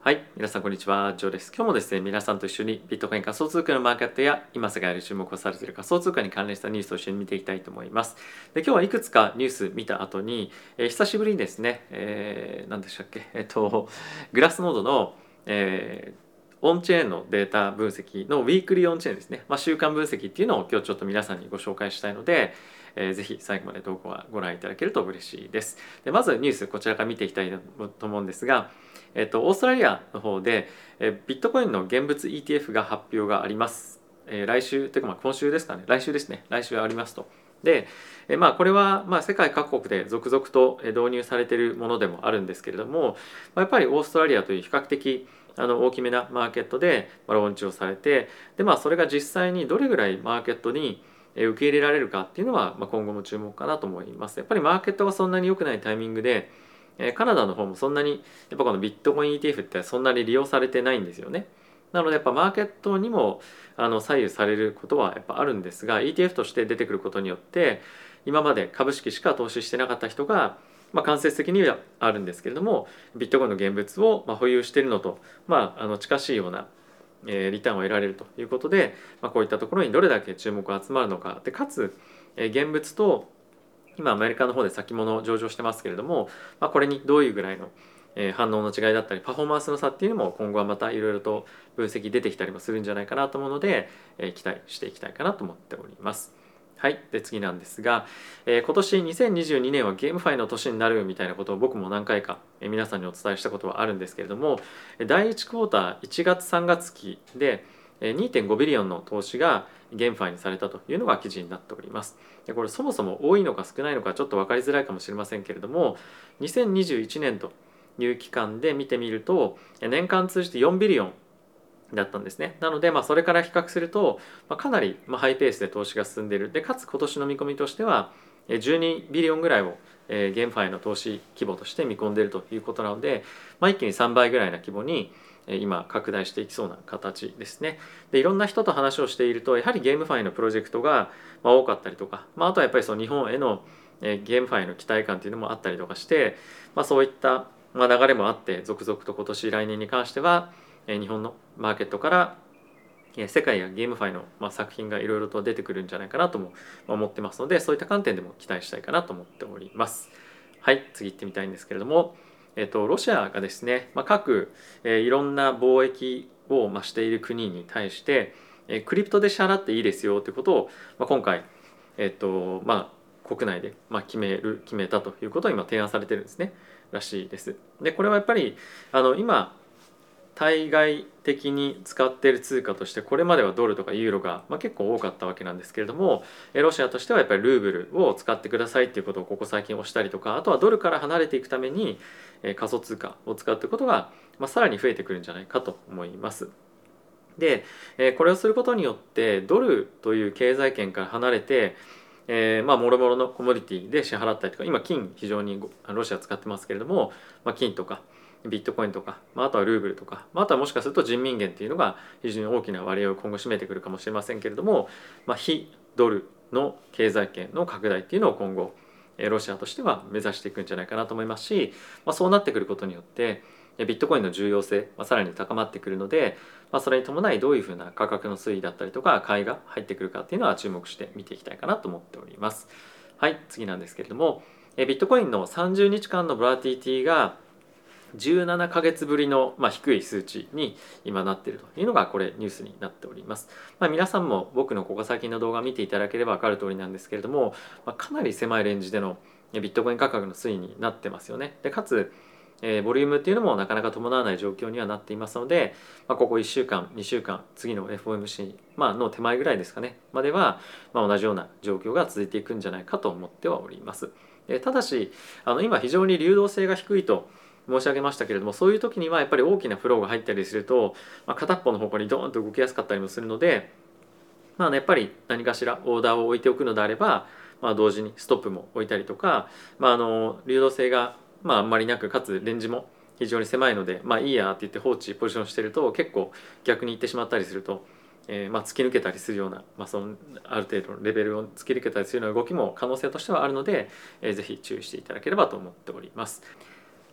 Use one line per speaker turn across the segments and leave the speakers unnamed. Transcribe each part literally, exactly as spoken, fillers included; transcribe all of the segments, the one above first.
はい、皆さんこんにちは、ジョーです。今日もですね、皆さんと一緒にビットコイン仮想通貨のマーケットや今すぐやる注目をされている仮想通貨に関連したニュースを一緒に見ていきたいと思います。で、今日はいくつかニュース見た後に、えー、久しぶりにですね、えー、何でしたっけ、えっと、グラスノードの、えーオンチェーンのデータ分析のウィークリーオンチェーンですね、まあ、週間分析っていうのを今日ちょっと皆さんにご紹介したいので、えー、ぜひ最後まで動画をご覧いただけると嬉しいです。でまずニュースこちらから見ていきたいと思うんですが、えっと、オーストラリアの方で、えー、ビットコインの現物 イーティーエフ が発表があります。えー、来週というかまあ今週ですかね、来週ですね、来週ありますと。で、えー、まあこれはまあ世界各国で続々と導入されているものでもあるんですけれども、やっぱりオーストラリアという比較的あの大きめなマーケットでローンチをされて、でまあそれが実際にどれぐらいマーケットに受け入れられるかっていうのは、まあ、今後も注目かなと思います。やっぱりマーケットがそんなに良くないタイミングで、カナダの方もそんなにやっぱこのビットコイン イーティーエフ ってそんなに利用されてないんですよね。なのでやっぱマーケットにもあの左右されることはやっぱあるんですが、 イーティーエフ として出てくることによって今まで株式しか投資してなかった人が、まあ、間接的にはあるんですけれども、ビットコインの現物をまあ保有しているのと、まあ、あの近しいようなリターンを得られるということで、まあ、こういったところにどれだけ注目が集まるのかで、かつ現物と今アメリカの方で先物上場してますけれども、まあ、これにどういうぐらいの反応の違いだったりパフォーマンスの差っていうのも今後はまたいろいろと分析出てきたりもするんじゃないかなと思うので、期待していきたいかなと思っております。はい、で次なんですが、えー、今年にせんにじゅうにねんはゲームファイの年になるみたいなことを僕も何回か皆さんにお伝えしたことはあるんですけれども、だいいちクォーターいちがつさんがつ期で にてんごビリオンの投資がゲームファイにされたというのが記事になっております。でこれそもそも多いのか少ないのかちょっと分かりづらいかもしれませんけれども、にせんにじゅういちねんという期間で見てみると年間通じてよんビリオンだったんですね。なので、まあ、それから比較すると、まあ、かなりハイペースで投資が進んでいる。でかつ今年の見込みとしてはじゅうにビリオンぐらいをゲームファイの投資規模として見込んでいるということなので、まあ、一気にさんばいぐらいな規模に今拡大していきそうな形ですね。でいろんな人と話をしているとやはりゲームファイのプロジェクトが多かったりとか、まあ、あとはやっぱりその日本へのゲームファイの期待感というのもあったりとかして、まあ、そういった流れもあって続々と今年来年に関しては日本のマーケットから世界やゲームファイの作品がいろいろと出てくるんじゃないかなとも思ってますので、そういった観点でも期待したいかなと思っております。はい、次行ってみたいんですけれども、えっと、ロシアがですね、まあ、各、えー、いろんな貿易を、まあ、している国に対して、えー、クリプトで支払っていいですよということを、まあ、今回、えっとまあ、国内で、まあ、決める決めたということを今提案されてるんですねらしいです。でこれはやっぱりあの今対外的に使っている通貨としてこれまではドルとかユーロが、まあ、結構多かったわけなんですけれども、ロシアとしてはやっぱりルーブルを使ってくださいっていうことをここ最近押したりとか、あとはドルから離れていくために仮想通貨を使っていくことが、まあ、さらに増えてくるんじゃないかと思います。でこれをすることによってドルという経済圏から離れてえー、まあもろもろのコモディティで支払ったりとか、今金非常にロシア使ってますけれども、まあ、金とかビットコインとか、まあ、あとはルーブルとか、まあ、あとはもしかすると人民元っていうのが非常に大きな割合を今後占めてくるかもしれませんけれども、まあ、非ドルの経済圏の拡大っていうのを今後ロシアとしては目指していくんじゃないかなと思いますし、まあ、そうなってくることによってビットコインの重要性はさらに高まってくるので、まあ、それに伴いどういうふうな価格の推移だったりとか買いが入ってくるかっていうのは注目して見ていきたいかなと思っております。はい、次なんですけれども、ビットコインのさんじゅうにちかんのボラティティがじゅうななかげつぶりの、まあ、低い数値に今なっているというのがこれニュースになっております。まあ、皆さんも僕のここ最近の動画を見ていただければ分かる通りなんですけれども、まあ、かなり狭いレンジでのビットコイン価格の推移になってますよね。でかつえー、ボリュームっていうのもなかなか伴わない状況にはなっていますので、まあ、ここいっしゅうかんにしゅうかん次の エフオーエムシー、まあ、の手前ぐらいですかねまでは、まあ、同じような状況が続いていくんじゃないかと思ってはおります。でただしあの今非常に流動性が低いと申し上げましたけれども、そういう時にはやっぱり大きなフローが入ったりすると、まあ、片っぽの方向にドーンと動きやすかったりもするので、まあ、やっぱり何かしらオーダーを置いておくのであれば、まあ、同時にストップも置いたりとか、まあ、あの流動性がまああんまりなく、かつレンジも非常に狭いので、まあいいやって言って放置ポジションしてると結構逆に行ってしまったりすると、えー、まあ突き抜けたりするような、まあ、そのある程度のレベルを突き抜けたりするような動きも可能性としてはあるので、えー、ぜひ注意していただければと思っております。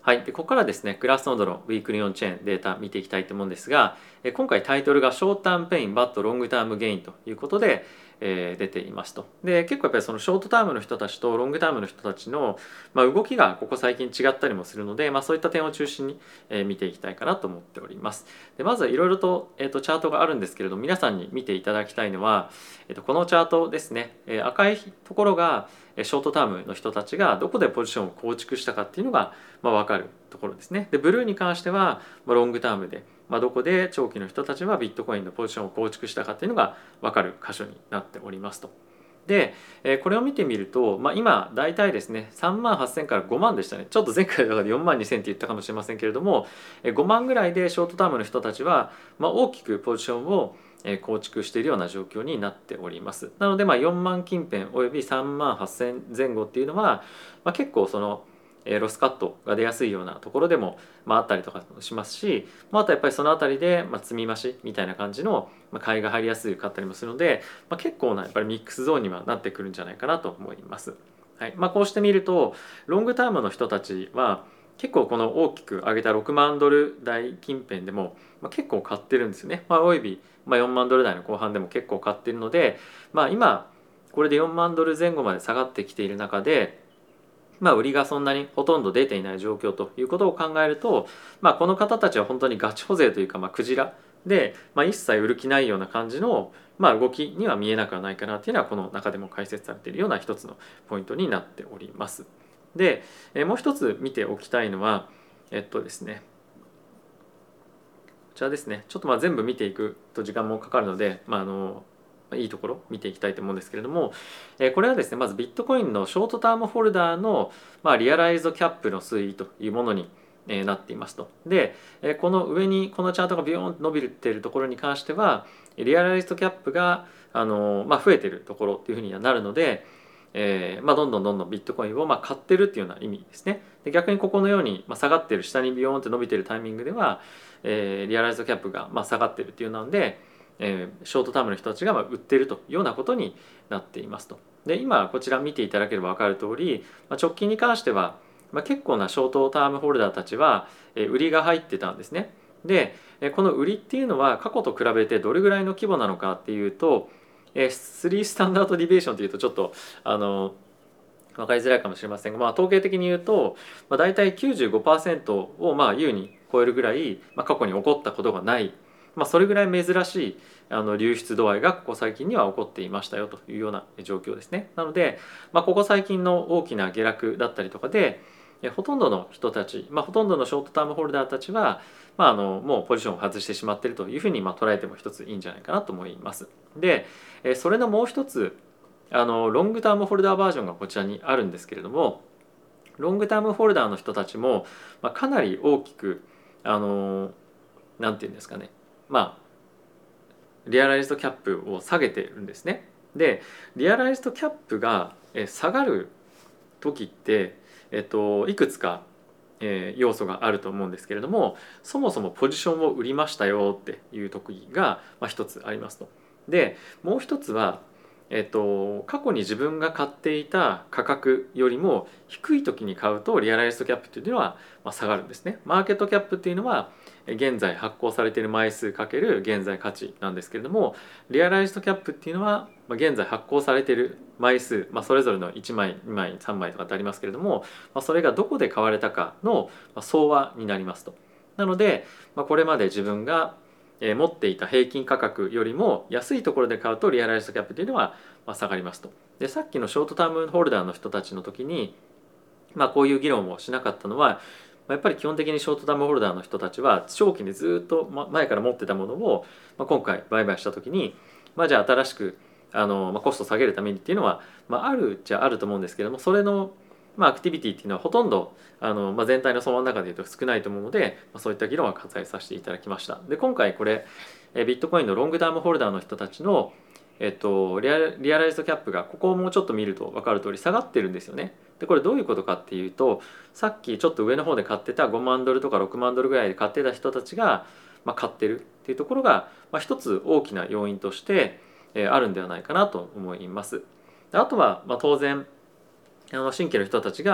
はい、でここからですね、グラスノードのウィークリーオンチェーンデータ見ていきたいと思うんですが、今回タイトルがショートタームペインバットロングタームゲインということで、えー、出ていますと。で結構やっぱりそのショートタームの人たちとロングタームの人たちの、まあ、動きがここ最近違ったりもするので、まあ、そういった点を中心に、えー、見ていきたいかなと思っております。でまずはいろいろと、えーと、チャートがあるんですけれども、皆さんに見ていただきたいのは、えーと、このチャートですね、えー、赤いところがショートタームの人たちがどこでポジションを構築したかっていうのが、まあ、分かるところですね。でブルーに関しては、まあ、ロングタームで、まあ、どこで長期の人たちはビットコインのポジションを構築したかっていうのが分かる箇所になっておりますと。でこれを見てみると、まあ、今大体ですねさんまんはっせんからごまんでしたね。ちょっと前回の中でよんまんにせんって言ったかもしれませんけれども、ごまんぐらいでショートタームの人たちは、まあ、大きくポジションを構築しているような状況になっております。なのでまあよんまん近辺およびさんまんはっせんぜん後っていうのは、まあ、結構そのロスカットが出やすいようなところでも、まあ、あったりとかしますし、まあ、あとやっぱりその辺りで、まあ、積み増しみたいな感じの買いが入りやすかったりもするので、まあ、結構なやっぱりミックスゾーンにはなってくるんじゃないかなと思います。はいまあ、こうしてみるとロングタームの人たちは結構この大きく上げたろくまんドル台近辺でも、まあ、結構買ってるんですよね。まあ、および、まあ、よんまんドル台の後半でも結構買ってるので、まあ、今これでよんまんドル前後まで下がってきている中で、まあ、売りがそんなにほとんど出ていない状況ということを考えると、まあ、この方たちは本当にガチ保税というか、まあ、クジラで、まあ、一切売る気ないような感じの、まあ、動きには見えなくはないかなというのはこの中でも解説されているような一つのポイントになっております。で、えもう一つ見ておきたいのはえっとですねこちらですね。ちょっとまあ全部見ていくと時間もかかるので、まあ、あのいいところ見ていきたいと思うんですけれども、これはですねまずビットコインのショートタームホルダーの、まあ、リアライズドキャップの推移というものになっていますと。でこの上にこのチャートがビヨーンと伸びているところに関してはリアライズドキャップがあの、まあ、増えているところっていうふうにはなるので、えーまあ、どんどんどんどんビットコインをまあ買ってるっていうような意味ですね。で逆にここのように下がってる下にビヨーンって伸びてるタイミングでは、えー、リアライズドキャップがまあ下がってるっていうので、えー、ショートタームの人たちがまあ売ってるというようなことになっていますと。で今こちら見ていただければ分かる通り、まあ、直近に関しては、まあ、結構なショートタームホルダーたちは、えー、売りが入ってたんですね。でこの売りっていうのは過去と比べてどれぐらいの規模なのかっていうと、スリースタンダードディベーションというとちょっとあの分かりづらいかもしれませんが、まあ、統計的に言うと、まあ、大体 きゅうじゅうごパーセント をまあ優に超えるぐらい、まあ、過去に起こったことがない、まあ、それぐらい珍しいあの流出度合いがここ最近には起こっていましたよというような状況ですね。なので、まあ、ここ最近の大きな下落だったりとかでほとんどの人たち、まあ、ほとんどのショートタームホルダーたちは、まあ、あのもうポジションを外してしまっているというふうにまあ捉えても一ついいんじゃないかなと思います。でそれのもう一つあのロングタームホルダーバージョンがこちらにあるんですけれども、ロングタームホルダーの人たちも、まあ、かなり大きくあのなんていうんですかね、まあリアライズドキャップを下げてるんですね。でリアライズドキャップが下がる時って、えっと、いくつか要素があると思うんですけれども、そもそもポジションを売りましたよっていう時が一つありますと。でもう一つはえっと、過去に自分が買っていた価格よりも低い時に買うとリアライズドキャップというのは下がるんですね。マーケットキャップっていうのは現在発行されている枚数かける現在価値なんですけれども、リアライズドキャップっていうのは現在発行されている枚数、まあ、それぞれのいちまいにまいさんまいとかってありますけれども、まあ、それがどこで買われたかの総和になりますと。なので、まあ、これまで自分が持っていた平均価格よりも安いところで買うとリアライズドキャップというのは下がりますと。でさっきのショートタームホルダーの人たちの時に、まあ、こういう議論をしなかったのはやっぱり基本的にショートタームホルダーの人たちは長期にずっと前から持ってたものを今回売買した時に、まあ、じゃあ新しくあの、まあ、コストを下げるためにっていうのは、まあ、あるっちゃあると思うんですけども、それのまあ、アクティビティっていうのはほとんどあの、まあ、全体の相場の中でいうと少ないと思うので、まあ、そういった議論は割愛させていただきました。で今回これビットコインのロングタームホルダーの人たちの、えっと、リア、リアライズドキャップがここをもうちょっと見ると分かる通り下がってるんですよね。でこれどういうことかっていうと、さっきちょっと上の方で買ってたごまんドルとかろくまんドルぐらいで買ってた人たちが、まあ、買ってるっていうところが、まあ、一つ大きな要因として、えー、あるんではないかなと思います。あとは、まあ、当然あの新規の人たちが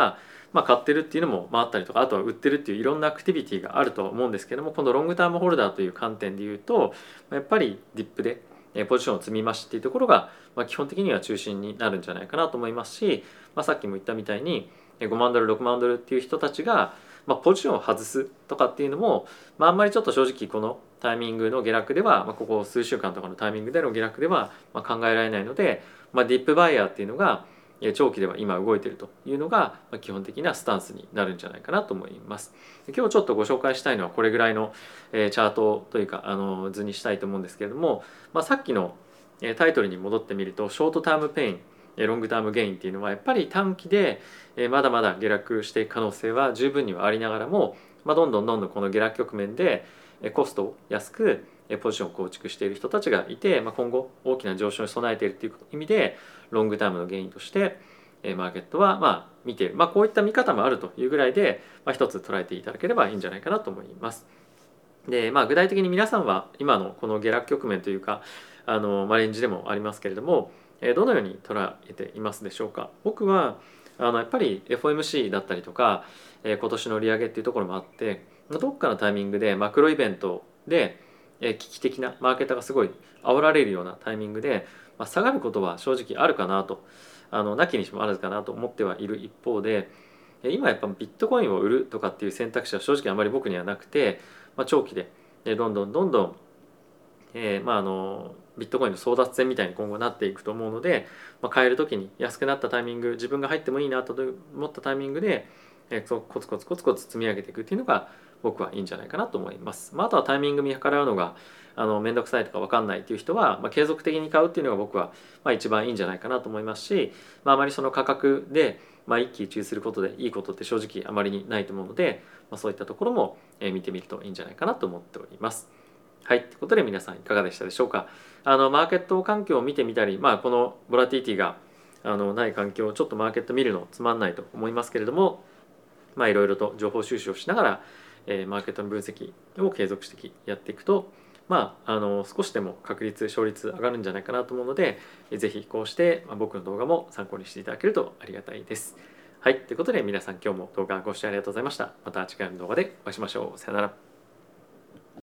まあ、買ってるっていうのもまああったりとか、あとは売ってるっていういろんなアクティビティがあるとは思うんですけども、このロングタームホルダーという観点で言うとやっぱりディップでポジションを積み増しっていうところが、まあ、基本的には中心になるんじゃないかなと思いますし、まあ、さっきも言ったみたいにごまんドルろくまんドルっていう人たちが、まあ、ポジションを外すとかっていうのも、まあ、あんまりちょっと正直このタイミングの下落では、まあ、ここ数週間とかのタイミングでの下落では、まあ、考えられないので、まあ、ディップバイヤーっていうのが長期では今動いているというのが基本的なスタンスになるんじゃないかなと思います。今日ちょっとご紹介したいのはこれぐらいのチャートというかあの図にしたいと思うんですけれども、まあ、さっきのタイトルに戻ってみるとショートタームペインロングタームゲインっていうのはやっぱり短期でまだまだ下落していく可能性は十分にはありながらも、まあ、どんどんどんどんこの下落局面でコストを安くポジションを構築している人たちがいて、まあ、今後大きな上昇に備えているという意味でロングタームのゲインとしてマーケットはまあ見ている、まあ、こういった見方もあるというぐらいで、まあ、一つ捉えていただければいいんじゃないかなと思います。で、まあ、具体的に皆さんは今のこの下落局面というかあの、まあ、レンジでもありますけれどもどのように捉えていますでしょうか。僕はあのやっぱり エフオーエムシー だったりとか今年の利上げっていうところもあってどっかのタイミングでマクロイベントで危機的なマーケットがすごい煽られるようなタイミングで、まあ、下がることは正直あるかなとあのなきにしもあらずかなと思ってはいる一方で今やっぱビットコインを売るとかっていう選択肢は正直あまり僕にはなくて、まあ、長期でどんどんどんどん、えーまあ、あのビットコインの争奪戦みたいに今後なっていくと思うので、まあ、買える時に安くなったタイミング自分が入ってもいいなと思ったタイミングで、えー、コツコツコツコツ積み上げていくっていうのが僕はいいんじゃないかなと思います。まあ、あとはタイミング見計らうのがあの面倒くさいとか分かんないっていう人は、まあ、継続的に買うっていうのが僕はまあ一番いいんじゃないかなと思いますし、まあ、あまりその価格でまあ一喜一憂することでいいことって正直あまりにないと思うので、まあ、そういったところも見てみるといいんじゃないかなと思っております。はい、ということで皆さんいかがでしたでしょうか。あのマーケット環境を見てみたり、まあ、このボラティティがあのない環境をちょっとマーケット見るのつまんないと思いますけれども、まあ、いろいろと情報収集をしながら、えー、マーケットの分析を継続してやっていくと、まあ、あの少しでも確率勝率上がるんじゃないかなと思うので、ぜひこうして、まあ、僕の動画も参考にしていただけるとありがたいです。はい、ということで皆さん今日も動画ご視聴ありがとうございました。また次回の動画でお会いしましょう。さよなら。